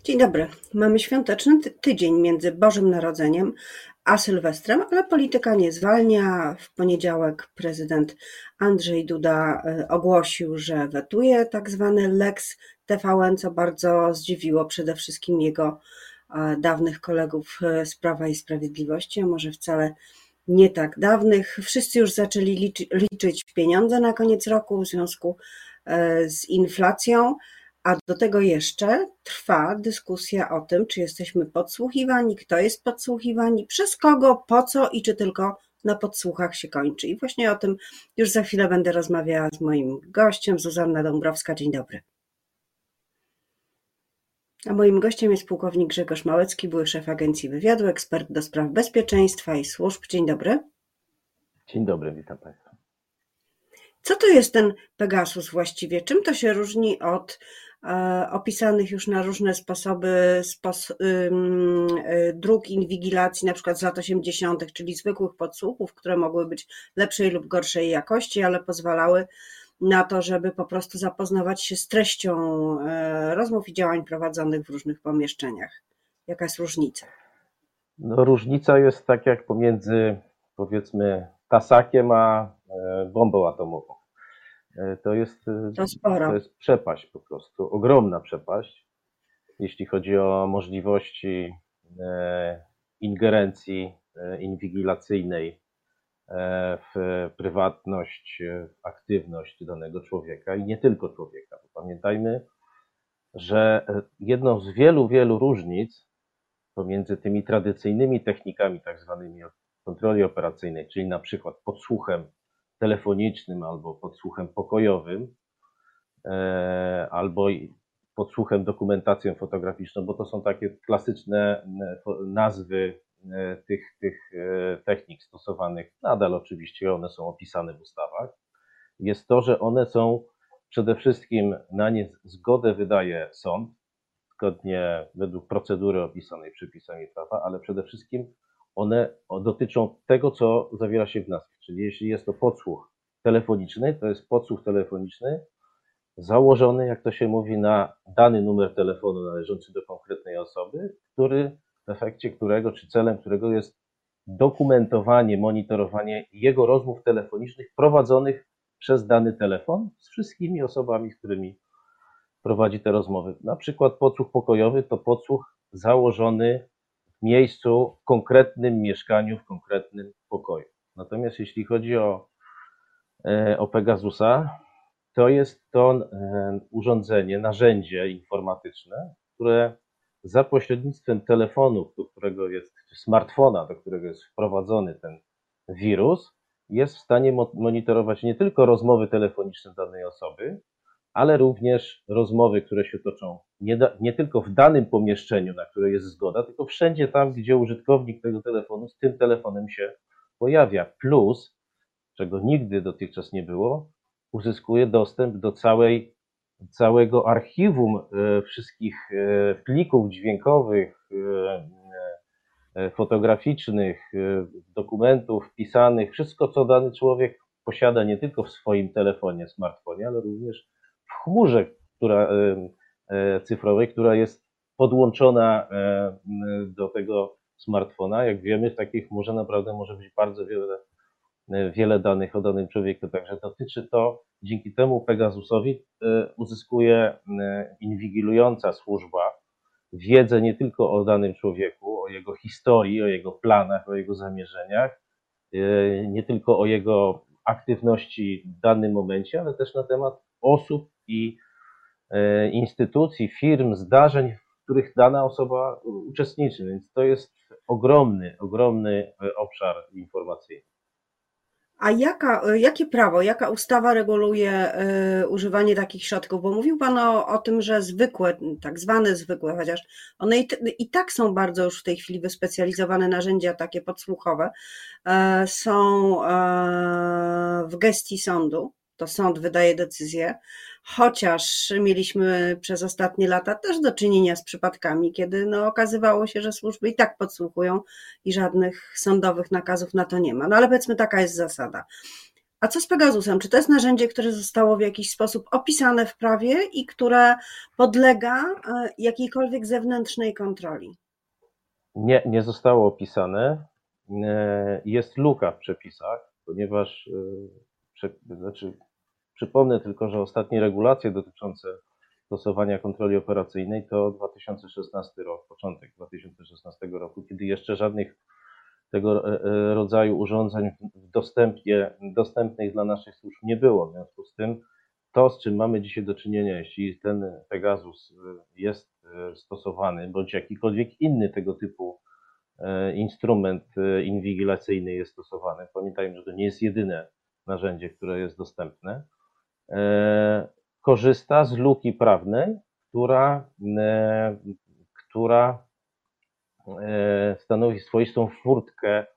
Dzień dobry. Mamy świąteczny tydzień między Bożym Narodzeniem a Sylwestrem, ale polityka nie zwalnia. W poniedziałek prezydent Andrzej Duda ogłosił, że wetuje tak zwany Lex TVN, co bardzo zdziwiło przede wszystkim jego dawnych kolegów z Prawa i Sprawiedliwości, a może wcale nie tak dawnych. Wszyscy już zaczęli liczyć pieniądze na koniec roku w związku z inflacją. A do tego jeszcze trwa dyskusja o tym, czy jesteśmy podsłuchiwani, kto jest podsłuchiwani, przez kogo, po co i czy tylko na podsłuchach się kończy. I właśnie o tym już za chwilę będę rozmawiała z moim gościem, Zuzanna Dąbrowska. Dzień dobry. A moim gościem jest pułkownik Grzegorz Małecki, były szef Agencji Wywiadu, ekspert do spraw bezpieczeństwa i służb. Dzień dobry. Dzień dobry, witam Państwa. Co to jest ten Pegasus właściwie? Czym to się różni od opisanych już na różne sposoby dróg inwigilacji, na przykład z lat 80., czyli zwykłych podsłuchów, które mogły być lepszej lub gorszej jakości, ale pozwalały na to, żeby po prostu zapoznawać się z treścią rozmów i działań prowadzonych w różnych pomieszczeniach? Jaka jest różnica? No, różnica jest tak jak pomiędzy, powiedzmy, tasakiem a bombą atomową. To jest przepaść po prostu, ogromna przepaść, jeśli chodzi o możliwości ingerencji inwigilacyjnej w prywatność, w aktywność danego człowieka i nie tylko człowieka. Bo pamiętajmy, że jedną z wielu różnic pomiędzy tymi tradycyjnymi technikami tak zwanymi kontroli operacyjnej, czyli na przykład podsłuchem telefonicznym albo podsłuchem pokojowym, albo podsłuchem dokumentacją fotograficzną, bo to są takie klasyczne nazwy tych technik stosowanych. Nadal oczywiście one są opisane w ustawach. Jest to, że one są przede wszystkim, na nie zgodę wydaje sąd, zgodnie według procedury opisanej przepisami prawa, ale przede wszystkim one dotyczą tego, co zawiera się w nazwie. Czyli jeśli jest to podsłuch telefoniczny, to jest podsłuch telefoniczny założony, jak to się mówi, na dany numer telefonu należący do konkretnej osoby, w efekcie którego, czy celem którego jest dokumentowanie, monitorowanie jego rozmów telefonicznych prowadzonych przez dany telefon z wszystkimi osobami, z którymi prowadzi te rozmowy. Na przykład podsłuch pokojowy to podsłuch założony w miejscu, w konkretnym mieszkaniu, w konkretnym pokoju. Natomiast jeśli chodzi o Pegasusa, to jest to urządzenie, narzędzie informatyczne, które za pośrednictwem telefonu, do którego jest, smartfona, do którego jest wprowadzony ten wirus, jest w stanie monitorować nie tylko rozmowy telefoniczne danej osoby, ale również rozmowy, które się toczą nie tylko w danym pomieszczeniu, na które jest zgoda, tylko wszędzie tam, gdzie użytkownik tego telefonu z tym telefonem się pojawia. Plus, czego nigdy dotychczas nie było, uzyskuje dostęp do całego archiwum wszystkich plików dźwiękowych, fotograficznych, dokumentów wpisanych, wszystko, co dany człowiek posiada nie tylko w swoim telefonie, smartfonie, ale również w chmurze cyfrowej, która jest podłączona do tego smartfona. Jak wiemy, w takiej chmurze naprawdę może być bardzo wiele danych o danym człowieku, także dotyczy to, dzięki temu Pegasusowi uzyskuje inwigilująca służba wiedzę nie tylko o danym człowieku, o jego historii, o jego planach, o jego zamierzeniach, nie tylko o jego aktywności w danym momencie, ale też na temat osób i instytucji, firm, zdarzeń, w których dana osoba uczestniczy, więc to jest ogromny obszar informacyjny. A jakie prawo, jaka ustawa reguluje używanie takich środków? Bo mówił Pan o tym, że zwykłe, tak zwane zwykłe, chociaż one i tak są bardzo już w tej chwili wyspecjalizowane narzędzia takie podsłuchowe, są w gestii sądu. To sąd wydaje decyzję, chociaż mieliśmy przez ostatnie lata też do czynienia z przypadkami, kiedy okazywało się, że służby i tak podsłuchują i żadnych sądowych nakazów na to nie ma. No ale powiedzmy, taka jest zasada. A co z Pegasusem? Czy to jest narzędzie, które zostało w jakiś sposób opisane w prawie i które podlega jakiejkolwiek zewnętrznej kontroli? Nie zostało opisane. Jest luka w przepisach, ponieważ, znaczy, przypomnę tylko, że ostatnie regulacje dotyczące stosowania kontroli operacyjnej to 2016 rok, początek 2016 roku, kiedy jeszcze żadnych tego rodzaju urządzeń dostępnych dla naszych służb nie było. W związku z tym to, z czym mamy dzisiaj do czynienia, jeśli ten Pegasus jest stosowany, bądź jakikolwiek inny tego typu instrument inwigilacyjny jest stosowany, pamiętajmy, że to nie jest jedyne narzędzie, które jest dostępne, korzysta z luki prawnej, która stanowi swoistą furtkę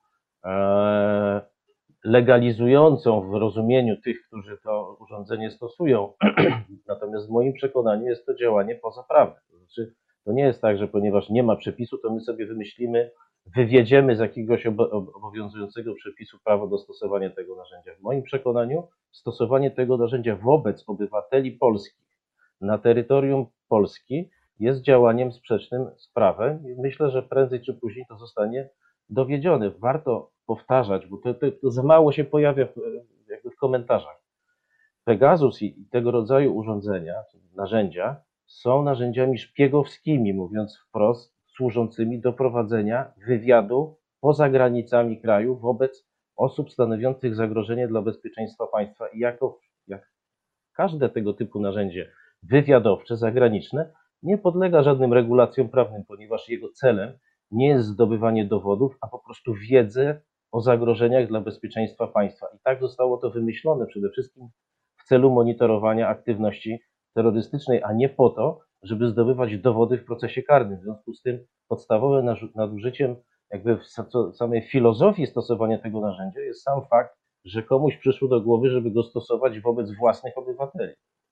legalizującą w rozumieniu tych, którzy to urządzenie stosują. Natomiast w moim przekonaniu jest to działanie pozaprawne. To znaczy, to nie jest tak, że ponieważ nie ma przepisu, to my sobie wymyślimy, wywiedziemy z jakiegoś obowiązującego przepisu prawo do stosowania tego narzędzia. W moim przekonaniu stosowanie tego narzędzia wobec obywateli polskich na terytorium Polski jest działaniem sprzecznym z prawem i myślę, że prędzej czy później to zostanie dowiedzione. Warto powtarzać, bo to za mało się pojawia jakby w komentarzach. Pegasus i tego rodzaju urządzenia, narzędzia są narzędziami szpiegowskimi, mówiąc wprost, służącymi do prowadzenia wywiadu poza granicami kraju wobec osób stanowiących zagrożenie dla bezpieczeństwa państwa. I jak każde tego typu narzędzie wywiadowcze, zagraniczne, nie podlega żadnym regulacjom prawnym, ponieważ jego celem nie jest zdobywanie dowodów, a po prostu wiedzę o zagrożeniach dla bezpieczeństwa państwa. I tak zostało to wymyślone przede wszystkim w celu monitorowania aktywności terrorystycznej, a nie po to, żeby zdobywać dowody w procesie karnym. W związku z tym podstawowym nadużyciem jakby w samej filozofii stosowania tego narzędzia jest sam fakt, że komuś przyszło do głowy, żeby go stosować wobec własnych obywateli.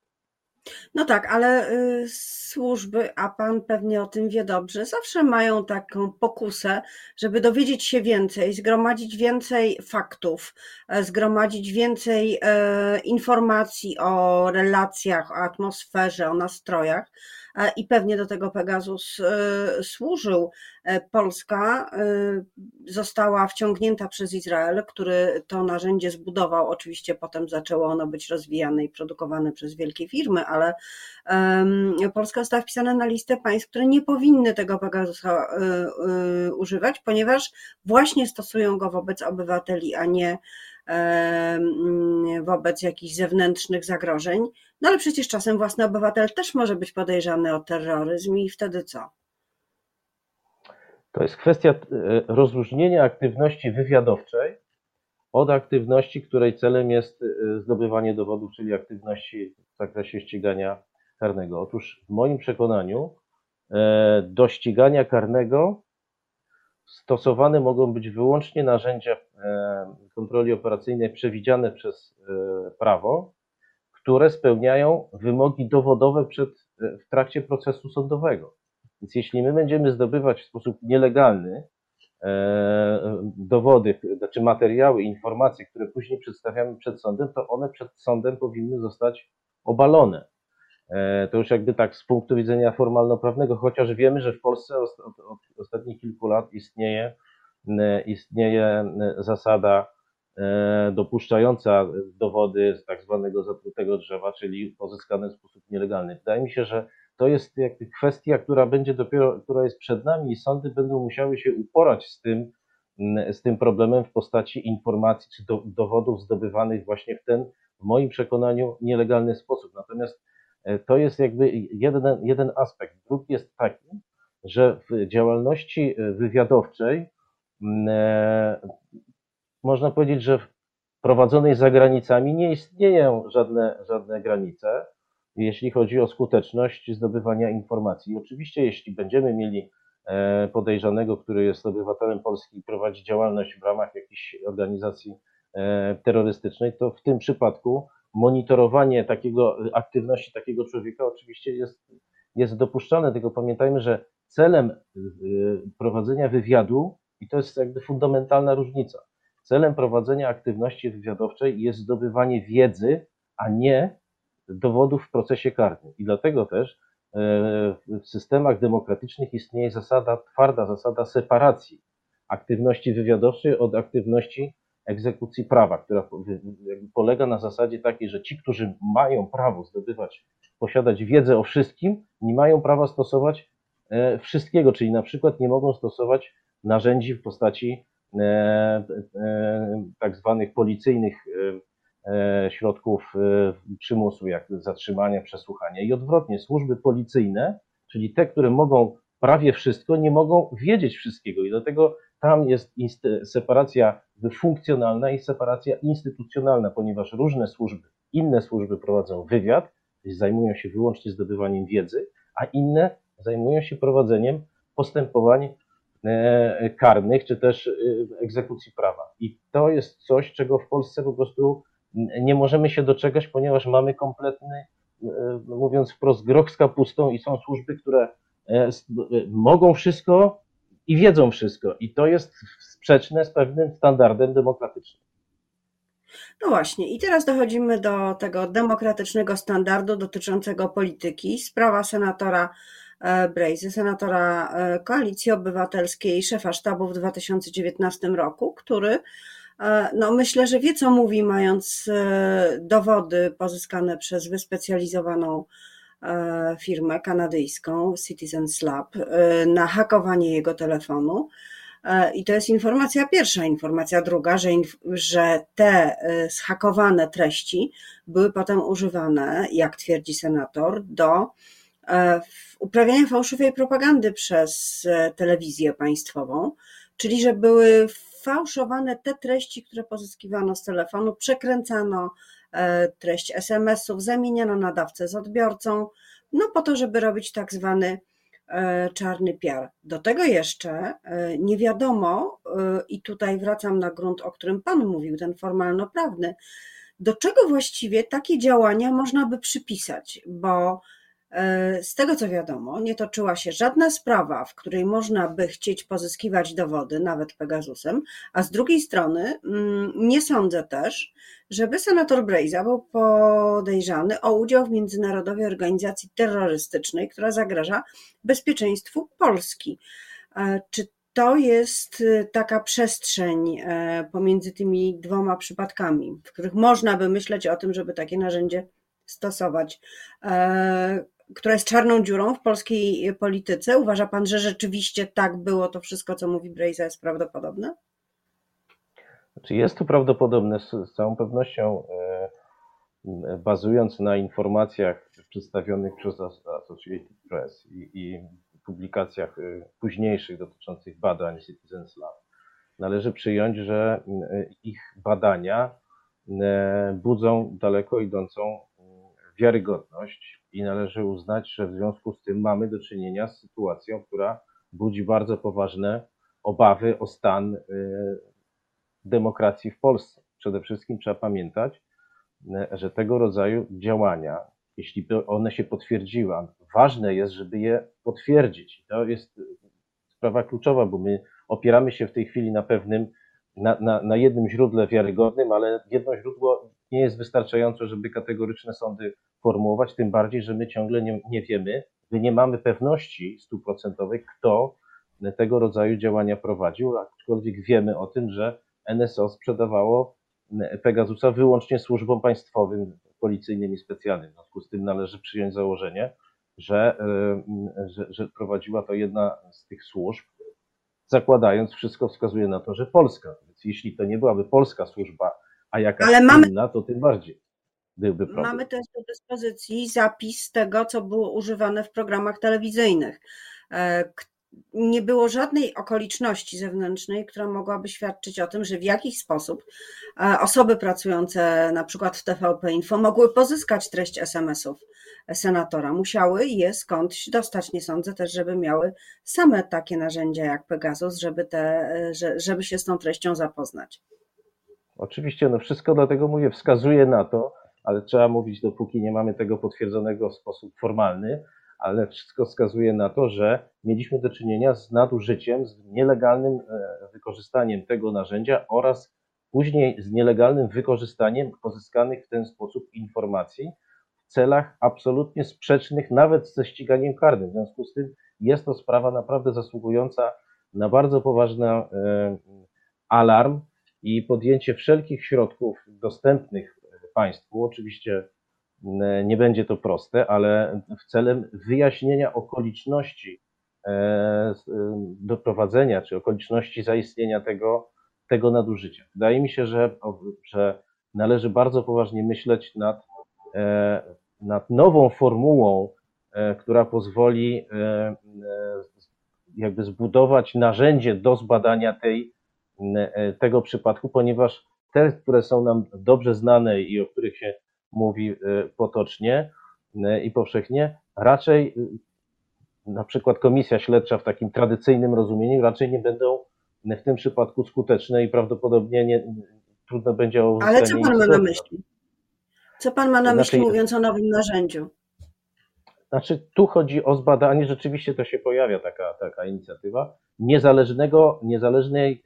No tak, ale służby, a pan pewnie o tym wie dobrze, zawsze mają taką pokusę, żeby dowiedzieć się więcej, zgromadzić więcej faktów, zgromadzić więcej informacji o relacjach, o atmosferze, o nastrojach. I pewnie do tego Pegasus służył. Polska została wciągnięta przez Izrael, który to narzędzie zbudował. Oczywiście potem zaczęło ono być rozwijane i produkowane przez wielkie firmy, ale Polska została wpisana na listę państw, które nie powinny tego Pegasusa używać, ponieważ właśnie stosują go wobec obywateli, a nie wobec jakichś zewnętrznych zagrożeń. No ale przecież czasem własny obywatel też może być podejrzany o terroryzm i wtedy co? To jest kwestia rozróżnienia aktywności wywiadowczej od aktywności, której celem jest zdobywanie dowodów, czyli aktywności w zakresie ścigania karnego. Otóż w moim przekonaniu do ścigania karnego stosowane mogą być wyłącznie narzędzia kontroli operacyjnej przewidziane przez prawo, które spełniają wymogi dowodowe w trakcie procesu sądowego. Więc jeśli my będziemy zdobywać w sposób nielegalny dowody, znaczy materiały, informacje, które później przedstawiamy przed sądem, to one przed sądem powinny zostać obalone. To już jakby tak z punktu widzenia formalno-prawnego, chociaż wiemy, że w Polsce od ostatnich kilku lat istnieje zasada dopuszczająca dowody z tak zwanego zatrutego drzewa, czyli pozyskane w sposób nielegalny. Wydaje mi się, że to jest jakby kwestia, która jest przed nami i sądy będą musiały się uporać z tym problemem w postaci informacji czy dowodów zdobywanych właśnie w ten, w moim przekonaniu, nielegalny sposób. Natomiast to jest jakby jeden aspekt. Drugi jest taki, że w działalności wywiadowczej można powiedzieć, że prowadzonej za granicami nie istnieją żadne granice, jeśli chodzi o skuteczność zdobywania informacji. I oczywiście, jeśli będziemy mieli podejrzanego, który jest obywatelem Polski i prowadzi działalność w ramach jakiejś organizacji terrorystycznej, to w tym przypadku monitorowanie aktywności takiego człowieka oczywiście jest dopuszczalne, tylko pamiętajmy, że celem prowadzenia wywiadu, i to jest jakby fundamentalna różnica, celem prowadzenia aktywności wywiadowczej jest zdobywanie wiedzy, a nie dowodów w procesie karnym. I dlatego też w systemach demokratycznych istnieje twarda zasada separacji aktywności wywiadowczej od aktywności egzekucji prawa, która polega na zasadzie takiej, że ci, którzy mają prawo posiadać wiedzę o wszystkim, nie mają prawa stosować wszystkiego, czyli na przykład nie mogą stosować narzędzi w postaci tak zwanych policyjnych środków przymusu, jak zatrzymania, przesłuchania. I odwrotnie, służby policyjne, czyli te, które mogą prawie wszystko, nie mogą wiedzieć wszystkiego. I dlatego tam jest separacja funkcjonalna i separacja instytucjonalna, ponieważ inne służby prowadzą wywiad, zajmują się wyłącznie zdobywaniem wiedzy, a inne zajmują się prowadzeniem postępowań karnych, czy też egzekucji prawa. I to jest coś, czego w Polsce po prostu nie możemy się doczekać, ponieważ mamy kompletny, mówiąc wprost, groch z kapustą i są służby, które mogą wszystko i wiedzą wszystko. I to jest sprzeczne z pewnym standardem demokratycznym. No właśnie, i teraz dochodzimy do tego demokratycznego standardu dotyczącego polityki. Sprawa senatora Brejzy, senatora Koalicji Obywatelskiej, szefa sztabu w 2019 roku, który no myślę, że wie co mówi, mając dowody pozyskane przez wyspecjalizowaną firmę kanadyjską Citizens Lab na hakowanie jego telefonu. I to jest informacja pierwsza. Informacja druga, że te zhakowane treści były potem używane, jak twierdzi senator, do uprawiania fałszywej propagandy przez telewizję państwową, czyli że były fałszowane te treści, które pozyskiwano z telefonu, przekręcano treść SMS-ów, zamieniano nadawcę z odbiorcą, no po to, żeby robić tak zwany czarny PR. Do tego jeszcze nie wiadomo, i tutaj wracam na grunt, o którym Pan mówił, ten formalno-prawny, do czego właściwie takie działania można by przypisać, bo z tego co wiadomo, nie toczyła się żadna sprawa, w której można by chcieć pozyskiwać dowody, nawet Pegasusem, a z drugiej strony nie sądzę też, żeby senator Brejza był podejrzany o udział w międzynarodowej organizacji terrorystycznej, która zagraża bezpieczeństwu Polski. Czy to jest taka przestrzeń pomiędzy tymi dwoma przypadkami, w których można by myśleć o tym, żeby takie narzędzie stosować, która jest czarną dziurą w polskiej polityce? Uważa Pan, że rzeczywiście tak było, to wszystko, co mówi Brejza, jest prawdopodobne? Znaczy jest to prawdopodobne z całą pewnością, bazując na informacjach przedstawionych przez Associated Press i publikacjach późniejszych dotyczących badań Citizens Lab. Należy przyjąć, że ich badania budzą daleko idącą wiarygodność i należy uznać, że w związku z tym mamy do czynienia z sytuacją, która budzi bardzo poważne obawy o stan demokracji w Polsce. Przede wszystkim trzeba pamiętać, że tego rodzaju działania, jeśli by one się potwierdziły, ważne jest, żeby je potwierdzić. To jest sprawa kluczowa, bo my opieramy się w tej chwili na pewnym, na jednym źródle wiarygodnym, ale jedno źródło nie jest wystarczające, żeby kategoryczne sądy formułować, tym bardziej, że my ciągle nie wiemy, my nie mamy pewności 100%, kto tego rodzaju działania prowadził, aczkolwiek wiemy o tym, że NSO sprzedawało Pegasusa wyłącznie służbom państwowym, policyjnym i specjalnym. W związku z tym należy przyjąć założenie, że prowadziła to jedna z tych służb, zakładając, wszystko wskazuje na to, że polska. Więc jeśli to nie byłaby polska służba, a jakaś inna, to tym bardziej byłby problem. Mamy też do dyspozycji zapis tego, co było używane w programach telewizyjnych. Nie było żadnej okoliczności zewnętrznej, która mogłaby świadczyć o tym, że w jakiś sposób osoby pracujące na przykład w TVP Info mogły pozyskać treść SMS-ów senatora. Musiały je skądś dostać. Nie sądzę też, żeby miały same takie narzędzia jak Pegasus, żeby się z tą treścią zapoznać. Oczywiście, no wszystko dlatego mówię, wskazuje na to, ale trzeba mówić, dopóki nie mamy tego potwierdzonego w sposób formalny, ale wszystko wskazuje na to, że mieliśmy do czynienia z nadużyciem, z nielegalnym wykorzystaniem tego narzędzia oraz później z nielegalnym wykorzystaniem pozyskanych w ten sposób informacji w celach absolutnie sprzecznych nawet ze ściganiem karnym. W związku z tym jest to sprawa naprawdę zasługująca na bardzo poważny alarm i podjęcie wszelkich środków dostępnych państwu. Oczywiście nie będzie to proste, ale w celem wyjaśnienia okoliczności doprowadzenia czy okoliczności zaistnienia tego nadużycia. Wydaje mi się, że należy bardzo poważnie myśleć nad nową formułą, która pozwoli jakby zbudować narzędzie do zbadania tego przypadku, ponieważ te, które są nam dobrze znane i o których się mówi potocznie i powszechnie, raczej na przykład komisja śledcza w takim tradycyjnym rozumieniu raczej nie będą w tym przypadku skuteczne i prawdopodobnie trudno będzie o uzyskanie. Ale co pan ma na myśli? Co pan ma na myśli, mówiąc o nowym narzędziu? Znaczy, tu chodzi o zbadanie, rzeczywiście to się pojawia taka inicjatywa, niezależnej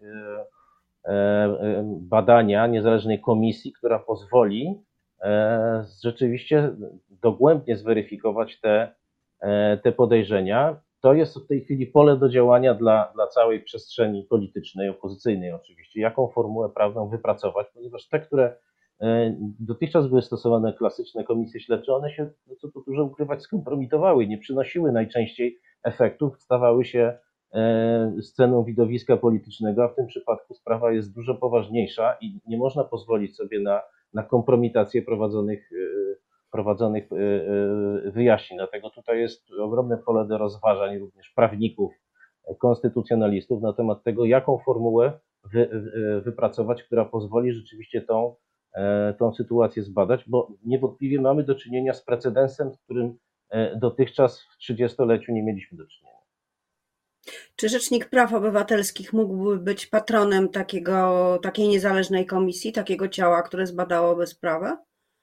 badania, niezależnej komisji, która pozwoli rzeczywiście dogłębnie zweryfikować te podejrzenia. To jest w tej chwili pole do działania dla całej przestrzeni politycznej, opozycyjnej oczywiście, jaką formułę prawną wypracować, ponieważ te, które dotychczas były stosowane klasyczne komisje śledcze, one się, co tu dużo ukrywać, skompromitowały, nie przynosiły najczęściej efektów, stawały się sceną widowiska politycznego, a w tym przypadku sprawa jest dużo poważniejsza i nie można pozwolić sobie na kompromitację prowadzonych wyjaśnień. Dlatego tutaj jest ogromne pole do rozważań również prawników, konstytucjonalistów na temat tego, jaką formułę wypracować, która pozwoli rzeczywiście tą sytuację zbadać, bo niewątpliwie mamy do czynienia z precedensem, z którym dotychczas w 30-leciu nie mieliśmy do czynienia. Czy Rzecznik Praw Obywatelskich mógłby być patronem takiej niezależnej komisji, takiego ciała, które zbadałoby sprawę?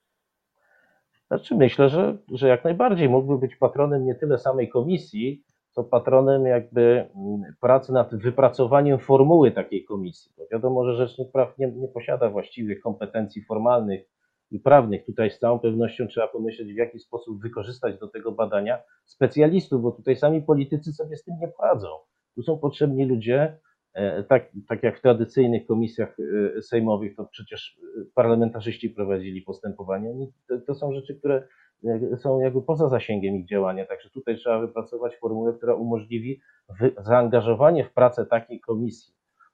Znaczy myślę, że jak najbardziej mógłby być patronem nie tyle samej komisji, co patronem jakby pracy nad wypracowaniem formuły takiej komisji. Bo wiadomo, że Rzecznik Praw nie posiada właściwych kompetencji formalnych i prawnych. Tutaj z całą pewnością trzeba pomyśleć, w jaki sposób wykorzystać do tego badania specjalistów, bo tutaj sami politycy sobie z tym nie poradzą. Tu są potrzebni ludzie, tak jak w tradycyjnych komisjach sejmowych, to przecież parlamentarzyści prowadzili postępowania. To są rzeczy, które są jakby poza zasięgiem ich działania, także tutaj trzeba wypracować formułę, która umożliwi zaangażowanie w pracę takiej komisji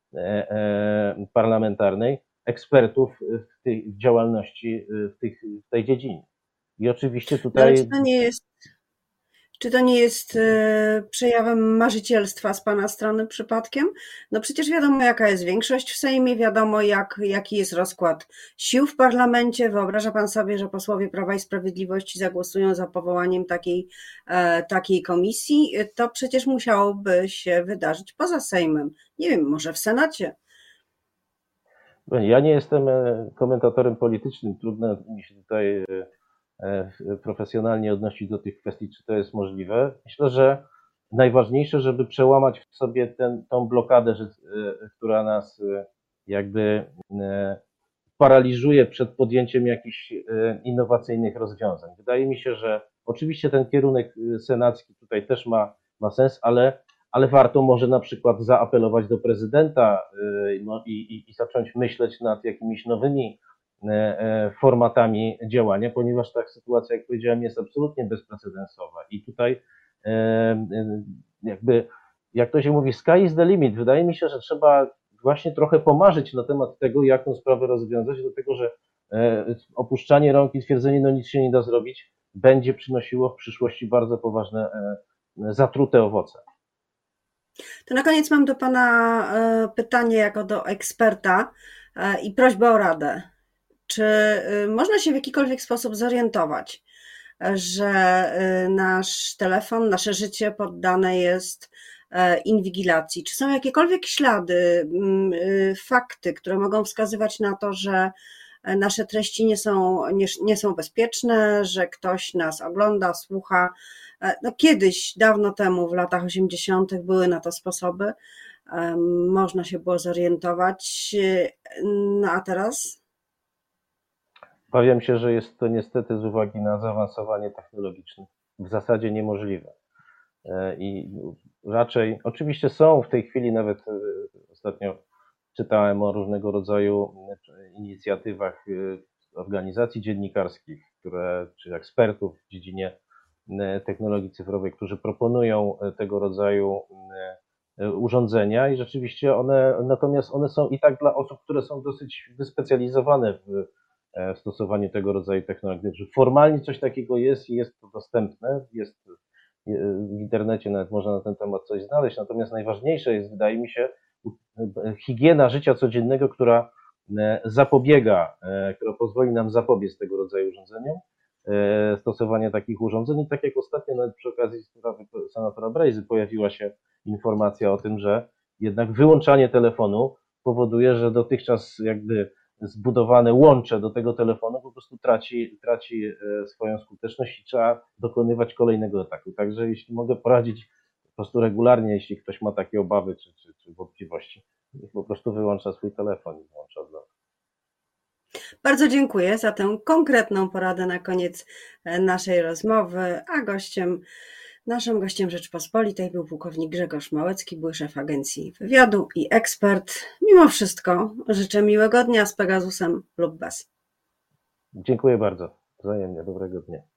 parlamentarnej ekspertów w tej działalności, w tej dziedzinie. I oczywiście tutaj... Ale czy to nie jest przejawem marzycielstwa z pana strony przypadkiem? No przecież wiadomo, jaka jest większość w Sejmie, wiadomo, jaki jest rozkład sił w parlamencie. Wyobraża pan sobie, że posłowie Prawa i Sprawiedliwości zagłosują za powołaniem takiej komisji? To przecież musiałoby się wydarzyć poza Sejmem. Nie wiem, może w Senacie. Ja nie jestem komentatorem politycznym, trudno mi się tutaj profesjonalnie odnosić do tych kwestii, czy to jest możliwe. Myślę, że najważniejsze, żeby przełamać w sobie tą blokadę, która nas jakby paraliżuje przed podjęciem jakichś innowacyjnych rozwiązań. Wydaje mi się, że oczywiście ten kierunek senacki tutaj też ma sens, ale warto może na przykład zaapelować do prezydenta i zacząć myśleć nad jakimiś nowymi formatami działania, ponieważ ta sytuacja, jak powiedziałem, jest absolutnie bezprecedensowa i tutaj jakby, jak to się mówi, sky is the limit. Wydaje mi się, że trzeba właśnie trochę pomarzyć na temat tego, jak tę sprawę rozwiązać, dlatego że opuszczanie rąk i twierdzenie, no nic się nie da zrobić, będzie przynosiło w przyszłości bardzo poważne, zatrute owoce. To na koniec mam do pana pytanie jako do eksperta i prośbę o radę. Czy można się w jakikolwiek sposób zorientować, że nasz telefon, nasze życie poddane jest inwigilacji? Czy są jakiekolwiek ślady, fakty, które mogą wskazywać na to, że nasze treści nie są bezpieczne, że ktoś nas ogląda, słucha? No kiedyś, dawno temu, w latach 80. były na to sposoby. można się było zorientować. No a teraz? Obawiam się, że jest to niestety z uwagi na zaawansowanie technologiczne w zasadzie niemożliwe. I raczej, oczywiście są w tej chwili, nawet ostatnio czytałem o różnego rodzaju inicjatywach organizacji dziennikarskich, czy ekspertów w dziedzinie technologii cyfrowej, którzy proponują tego rodzaju urządzenia i rzeczywiście natomiast one są i tak dla osób, które są dosyć wyspecjalizowane w stosowaniu tego rodzaju technologii. Że formalnie coś takiego jest i jest to dostępne, jest w internecie nawet można na ten temat coś znaleźć, natomiast najważniejsze jest, wydaje mi się, higiena życia codziennego, która zapobiega, która pozwoli nam zapobiec tego rodzaju urządzeniom, stosowania takich urządzeń. I tak jak ostatnio nawet przy okazji sprawy senatora Brejzy pojawiła się informacja o tym, że jednak wyłączanie telefonu powoduje, że dotychczas jakby zbudowane łącze do tego telefonu po prostu traci swoją skuteczność i trzeba dokonywać kolejnego ataku. Także jeśli mogę poradzić po prostu regularnie, jeśli ktoś ma takie obawy czy wątpliwości, niech po prostu wyłącza swój telefon i włącza od nowa. Bardzo dziękuję za tę konkretną poradę na koniec naszej rozmowy, a naszym gościem Rzeczpospolitej był pułkownik Grzegorz Małecki, były szef Agencji Wywiadu i ekspert. Mimo wszystko życzę miłego dnia z Pegasusem lub bez. Dziękuję bardzo. Wzajemnie. Dobrego dnia.